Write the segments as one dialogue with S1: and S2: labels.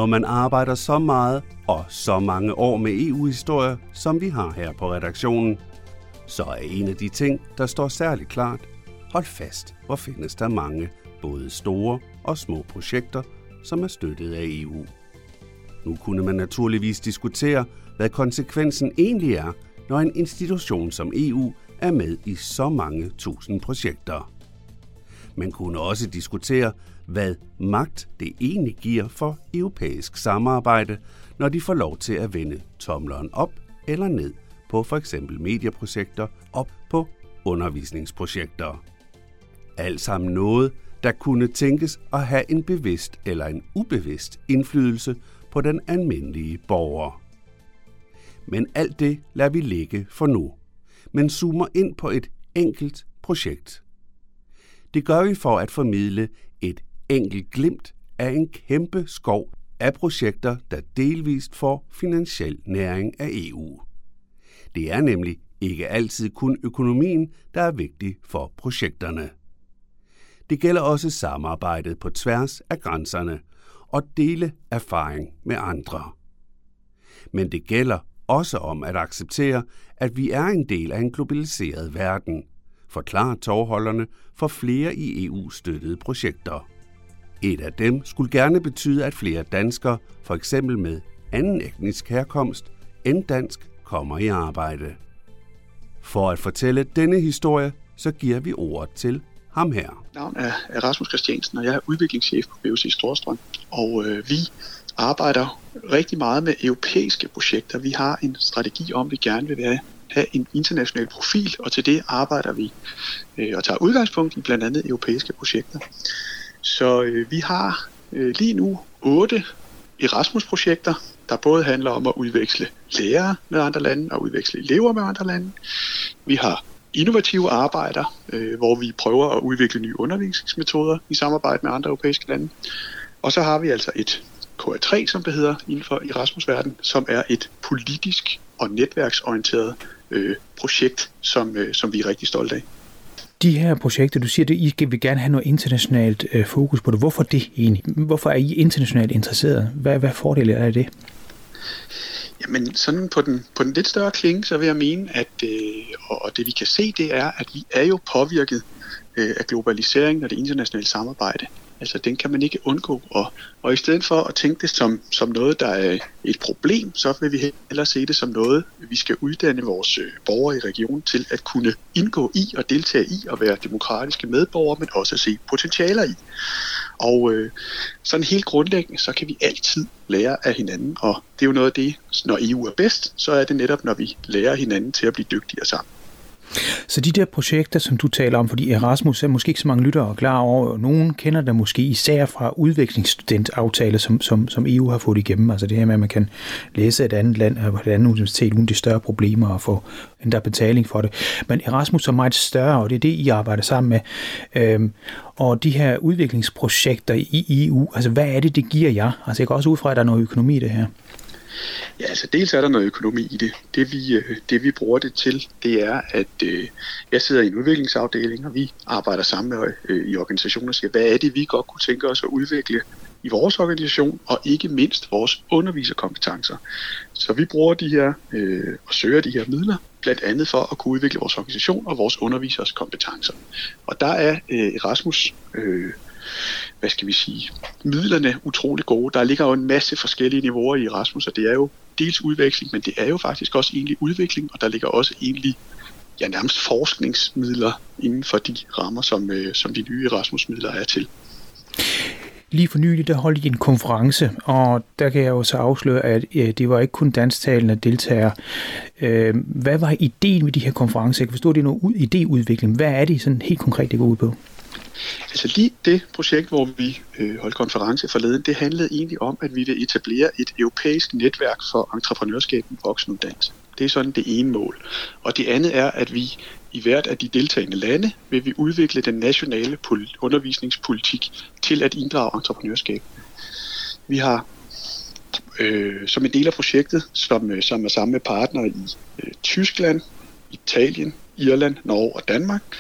S1: Når man arbejder så meget og så mange år med EU-historie, som vi har her på redaktionen, så er en af de ting, der står særligt klart: hold fast, hvor findes der mange, både store og små projekter, som er støttet af EU. Nu kunne man naturligvis diskutere, hvad konsekvensen egentlig er, når en institution som EU er med i så mange tusind projekter. Man kunne også diskutere, hvad magt det egentlig giver for europæisk samarbejde, når de får lov til at vende tomleren op eller ned på f.eks. medieprojekter, op på undervisningsprojekter. Alt sammen noget, der kunne tænkes at have en bevidst eller en ubevidst indflydelse på den almindelige borger. Men alt det lader vi ligge for nu, men zoomer ind på et enkelt projekt. Det gør vi for at formidle et enkelt glimt af en kæmpe skov af projekter, der delvist får finansiel næring af EU. Det er nemlig ikke altid kun økonomien, der er vigtig for projekterne. Det gælder også samarbejdet på tværs af grænserne og dele erfaring med andre. Men det gælder også om at acceptere, at vi er en del af en globaliseret verden, forklarer tovholderne for flere i EU-støttede projekter. Et af dem skulle gerne betyde, at flere danskere, for eksempel med anden etnisk herkomst end dansk, kommer i arbejde. For at fortælle denne historie, så giver vi ordet til ham her.
S2: Navn er Rasmus Christiansen, og jeg er udviklingschef på BUC Storstrøm. Og vi arbejder rigtig meget med europæiske projekter. Vi har en strategi om, at vi gerne vil have en international profil, og til det arbejder vi og tager udgangspunkt i blandt andet europæiske projekter. Så vi har lige nu 8 Erasmus-projekter, der både handler om at udveksle lærere med andre lande og udveksle elever med andre lande. Vi har innovative arbejder, hvor vi prøver at udvikle nye undervisningsmetoder i samarbejde med andre europæiske lande. Og så har vi altså et KA3, som det hedder inden for Erasmus-verden, som er et politisk og netværksorienteret projekt, som vi er rigtig stolte af.
S3: De her projekter, du siger, at I vil gerne have noget internationalt fokus på det. Hvorfor det egentlig? Hvorfor er I internationalt interesseret? Hvad fordele er det?
S2: Jamen sådan på den lidt større klinge, så vil jeg mene, at og det vi kan se, det er, at vi er jo påvirket af globaliseringen og det internationale samarbejde. Altså den kan man ikke undgå, og i stedet for at tænke det som noget, der er et problem, så vil vi hellere se det som noget, vi skal uddanne vores borgere i regionen til at kunne indgå i og deltage i og være demokratiske medborgere, men også at se potentialer i. Og sådan helt grundlæggende, så kan vi altid lære af hinanden, og det er jo noget af det, når EU er bedst, så er det netop, når vi lærer hinanden til at blive dygtigere sammen.
S3: Så de der projekter, som du taler om, fordi Erasmus er måske ikke så mange lyttere klar over, og nogen kender der måske især fra udvekslingsstudentaftaler, som EU har fået igennem. Altså det her med, at man kan læse et andet land og et andet universitet uden de større problemer og få endda betaling for det. Men Erasmus er meget større, og det er det, I arbejder sammen med. Og de her udviklingsprojekter i EU, altså hvad er det giver jer? Altså jeg går også ud fra, at der er noget økonomi i det her.
S2: Ja, altså dels er der noget økonomi i det. Det vi bruger det til, det er, at jeg sidder i en udviklingsafdeling, og vi arbejder sammen med i organisationer og siger, hvad er det, vi godt kunne tænke os at udvikle i vores organisation, og ikke mindst vores underviserkompetencer. Så vi bruger de her og søger de her midler, blandt andet for at kunne udvikle vores organisation og vores undervisers kompetencer. Og der er Erasmus midlerne utrolig gode. Der ligger jo en masse forskellige niveauer i Erasmus, og det er jo dels udveksling, men det er jo faktisk også egentlig udvikling, og der ligger også egentlig nærmest forskningsmidler inden for de rammer, som de nye Erasmus-midler er til.
S3: Lige for nylig, der holdt I en konference, og der kan jeg jo så afsløre, at det var ikke kun dansktalende deltagere. Hvad var ideen med de her konferencer? Jeg kan forstå, at det er noget idéudvikling. Hvad er det sådan helt konkret, det går ud på?
S2: Altså lige det projekt, hvor vi holdt konference forleden, det handlede egentlig om, at vi vil etablere et europæisk netværk for entreprenørskab i voksenuddannelse. Det er sådan det ene mål. Og det andet er, at vi i hvert af de deltagende lande vil vi udvikle den nationale undervisningspolitik til at inddrage entreprenørskab. Vi har som en del af projektet, som er sammen med partnere i Tyskland, Italien, Irland, Norge og Danmark,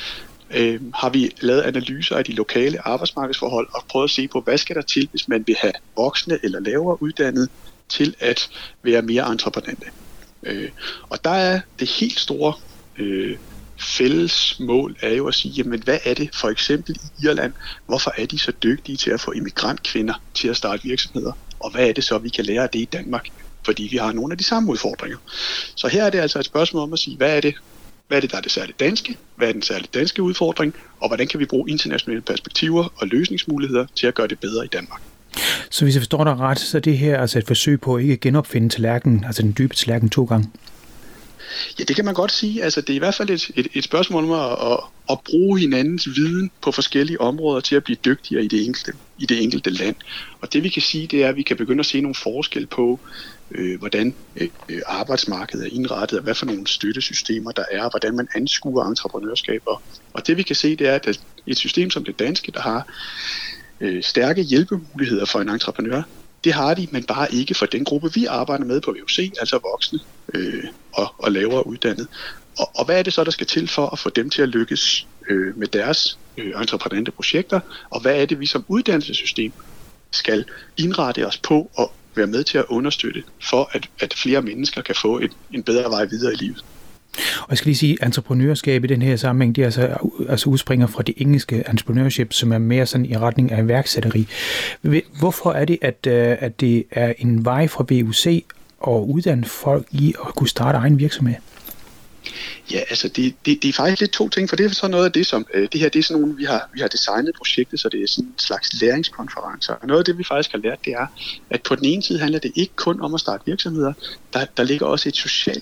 S2: har vi lavet analyser af de lokale arbejdsmarkedsforhold og prøvet at se på, hvad skal der til, hvis man vil have voksne eller lavere uddannede til at være mere entreprenante. Og der er det helt store fælles mål er jo at sige, jamen hvad er det for eksempel i Irland, hvorfor er de så dygtige til at få immigrantkvinder til at starte virksomheder, og hvad er det så, vi kan lære af det i Danmark, fordi vi har nogle af de samme udfordringer. Så her er det altså et spørgsmål om at sige, hvad er det, der er det særligt danske, hvad er den særligt danske udfordring, og hvordan kan vi bruge internationale perspektiver og løsningsmuligheder til at gøre det bedre i Danmark.
S3: Så hvis jeg forstår dig ret, så er det her altså et forsøg på at ikke genopfinde tallerkenen, altså den dybe tallerken 2 gange?
S2: Ja, det kan man godt sige. Altså, det er i hvert fald et spørgsmål om at bruge hinandens viden på forskellige områder til at blive dygtigere i det enkelte land. Og det vi kan sige, det er, at vi kan begynde at se nogle forskel på, hvordan arbejdsmarkedet er indrettet, og hvad for nogle støttesystemer der er, og hvordan man anskuer entreprenørskaber. Og det vi kan se, det er, at et system som det danske, der har stærke hjælpemuligheder for en entreprenør, det har de, men bare ikke for den gruppe, vi arbejder med på VUC, altså voksne og lavere uddannet. Og hvad er det så, der skal til for at få dem til at lykkes med deres entreprenante projekter? Og hvad er det, vi som uddannelsessystem skal indrette os på og være med til at understøtte, for at flere mennesker kan få en bedre vej videre i livet?
S3: Og jeg skal lige sige, at entreprenørskab i den her sammenhæng, det er altså udspringer fra det engelske entrepreneurship, som er mere sådan i retning af iværksætteri. Hvorfor er det, at det er en vej fra VUC at uddanne folk i at kunne starte egen virksomhed?
S2: Ja, altså det er faktisk lidt 2 ting, for det er sådan noget af det, som det her, det er sådan nogle, vi har designet projektet, så det er sådan en slags læringskonferencer. Og noget af det, vi faktisk har lært, det er, at på den ene side handler det ikke kun om at starte virksomheder, der ligger også et socialt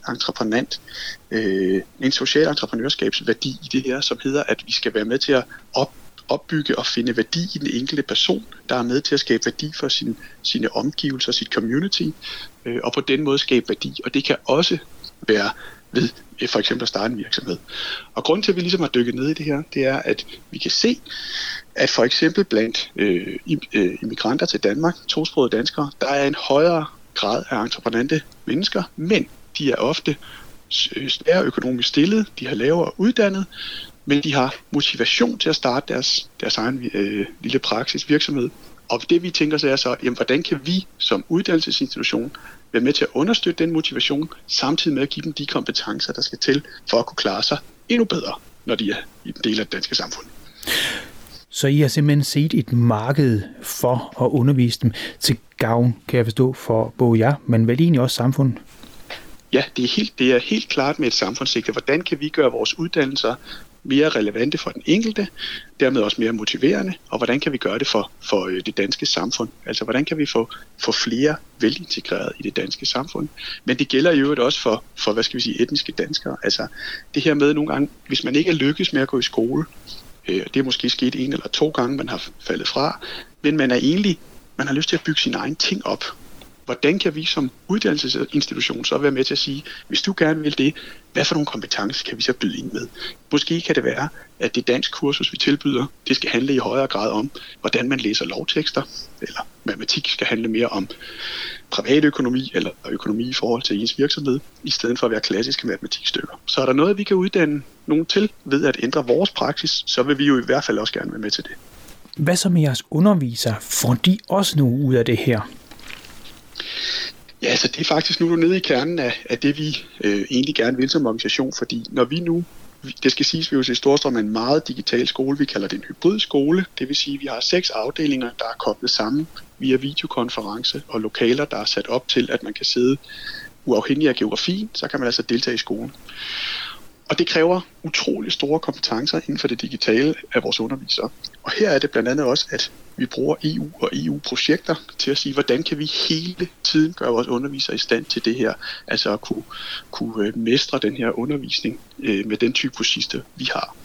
S2: en social entreprenørskabsværdi i det her, som hedder, at vi skal være med til at opbygge og finde værdi i den enkelte person, der er med til at skabe værdi for sine omgivelser, sit community, og på den måde skabe værdi. Og det kan også være ved for eksempel at starte en virksomhed. Og grunden til, at vi ligesom har dykket ned i det her, det er, at vi kan se, at for eksempel blandt immigranter til Danmark, tosprogede danskere, der er en højere grad af entreprenante mennesker, men de er ofte sværere økonomisk stillet, de har lavere uddannet, men de har motivation til at starte deres egen lille virksomhed. Og det vi tænker så er så, jamen, hvordan kan vi som uddannelsesinstitution være med til at understøtte den motivation, samtidig med at give dem de kompetencer, der skal til for at kunne klare sig endnu bedre, når de er i en del af det danske samfund.
S3: Så I har simpelthen set et marked for at undervise dem til gavn, kan jeg forstå, for både jer, men vel egentlig også samfundet?
S2: Ja, det er helt klart med et samfundssigte. Hvordan kan vi gøre vores uddannelser mere relevante for den enkelte, dermed også mere motiverende, og hvordan kan vi gøre det for det danske samfund? Altså, hvordan kan vi få flere velintegreret i det danske samfund? Men det gælder jo også for hvad skal vi sige, etniske danskere. Altså, det her med nogle gange, hvis man ikke er lykkes med at gå i skole, det er måske sket 1 eller 2 gange, man har faldet fra, men man har lyst til at bygge sin egen ting op. Hvordan kan vi som uddannelsesinstitution så være med til at sige, hvis du gerne vil det, hvad for nogle kompetencer kan vi så byde ind med? Måske kan det være, at det dansk kursus, vi tilbyder, det skal handle i højere grad om, hvordan man læser lovtekster, eller matematik skal handle mere om privatøkonomi eller økonomi i forhold til ens virksomhed, i stedet for at være klassiske matematikstykker. Så er der noget, vi kan uddanne nogen til ved at ændre vores praksis, så vil vi jo i hvert fald også gerne være med til det.
S3: Hvad så med jeres undervisere? Får de også noget ud af det her?
S2: Ja, altså det er faktisk nu nede i kernen af det, vi egentlig gerne vil som organisation, fordi når vi nu, det skal siges, vi i Storstrøm er en meget digital skole, vi kalder det en hybrid skole, det vil sige, at vi har 6 afdelinger, der er koblet sammen via videokonference og lokaler, der er sat op til, at man kan sidde uafhængig af geografien, så kan man altså deltage i skolen. Og det kræver utrolig store kompetencer inden for det digitale af vores undervisere. Og her er det blandt andet også, at vi bruger EU og EU-projekter til at sige, hvordan kan vi hele tiden gøre vores undervisere i stand til det her, altså at kunne mestre den her undervisning med den type kursister, vi har.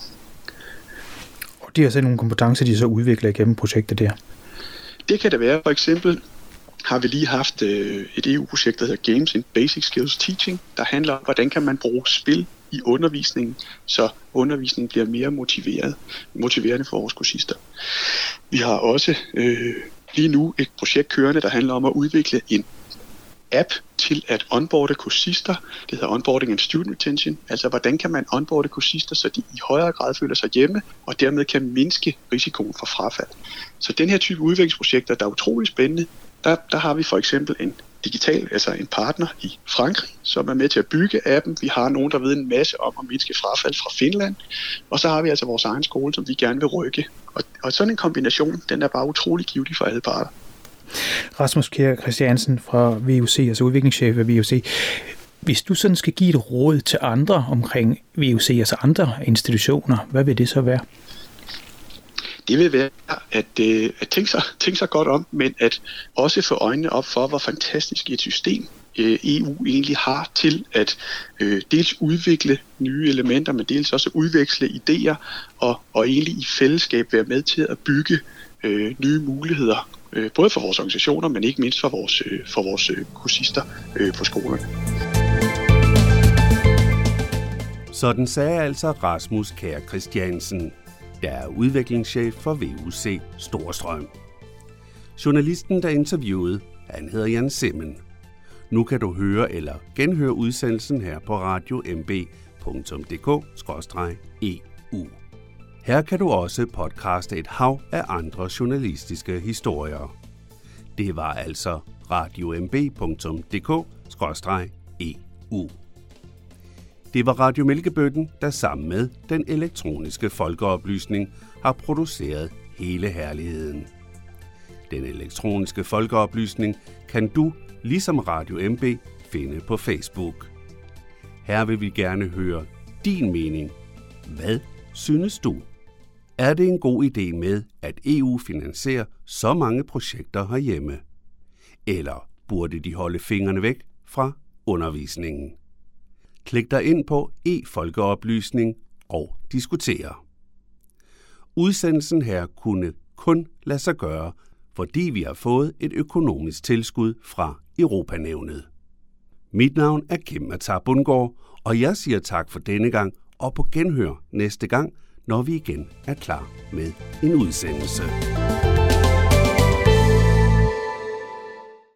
S3: Og det er altså nogle kompetencer, de så udvikler igennem projektet der?
S2: Det kan det være. For eksempel har vi lige haft et EU-projekt, der hedder Games in Basic Skills Teaching, der handler om, hvordan kan man bruge spil i undervisningen, så undervisningen bliver mere motiverende for vores kursister. Vi har også lige nu et projekt kørende, der handler om at udvikle app til at onboarde kursister. Det hedder Onboarding and Student Retention. Altså, hvordan kan man onboarde kursister, så de i højere grad føler sig hjemme, og dermed kan mindske risikoen for frafald. Så den her type udviklingsprojekter, der er utrolig spændende, der har vi for eksempel en partner i Frankrig, som er med til at bygge appen. Vi har nogen, der ved en masse om at mindske frafald fra Finland. Og så har vi altså vores egen skole, som vi gerne vil rykke. Og sådan en kombination, den er bare utrolig givtig for alle parter.
S3: Rasmus Kjær Christiansen fra VUC, altså udviklingschef ved VUC. Hvis du sådan skal give et råd til andre omkring VUC, altså andre institutioner, hvad vil det så være?
S2: Det vil være at tænke sig godt om, men at også få øjnene op for, hvor fantastisk et system EU egentlig har til at dels udvikle nye elementer, men dels også udveksle idéer og egentlig i fællesskab være med til at bygge nye muligheder, både for vores organisationer, men ikke mindst for vores kursister på skolerne.
S1: Sådan sagde altså Rasmus Kjær Christiansen, der er udviklingschef for VUC Storstrøm. Journalisten, der interviewede, han hedder Jan Simmen. Nu kan du høre eller genhøre udsendelsen her på radiomb.dk/EU. Her kan du også podcaste et hav af andre journalistiske historier. Det var altså radiomb.dk/EU. Det var Radio Mælkebøtten, der sammen med den elektroniske folkeoplysning har produceret hele herligheden. Den elektroniske folkeoplysning kan du, ligesom Radio MB, finde på Facebook. Her vil vi gerne høre din mening. Hvad synes du? Er det en god idé med, at EU finansierer så mange projekter herhjemme? Eller burde de holde fingrene væk fra undervisningen? Klik dig ind på e-folkeoplysning og diskutere. Udsendelsen her kunne kun lade sig gøre, fordi vi har fået et økonomisk tilskud fra Europanævnet. Mit navn er Kim Matar Bundgaard, og jeg siger tak for denne gang og på genhør næste gang, når vi igen er klar med en udsendelse.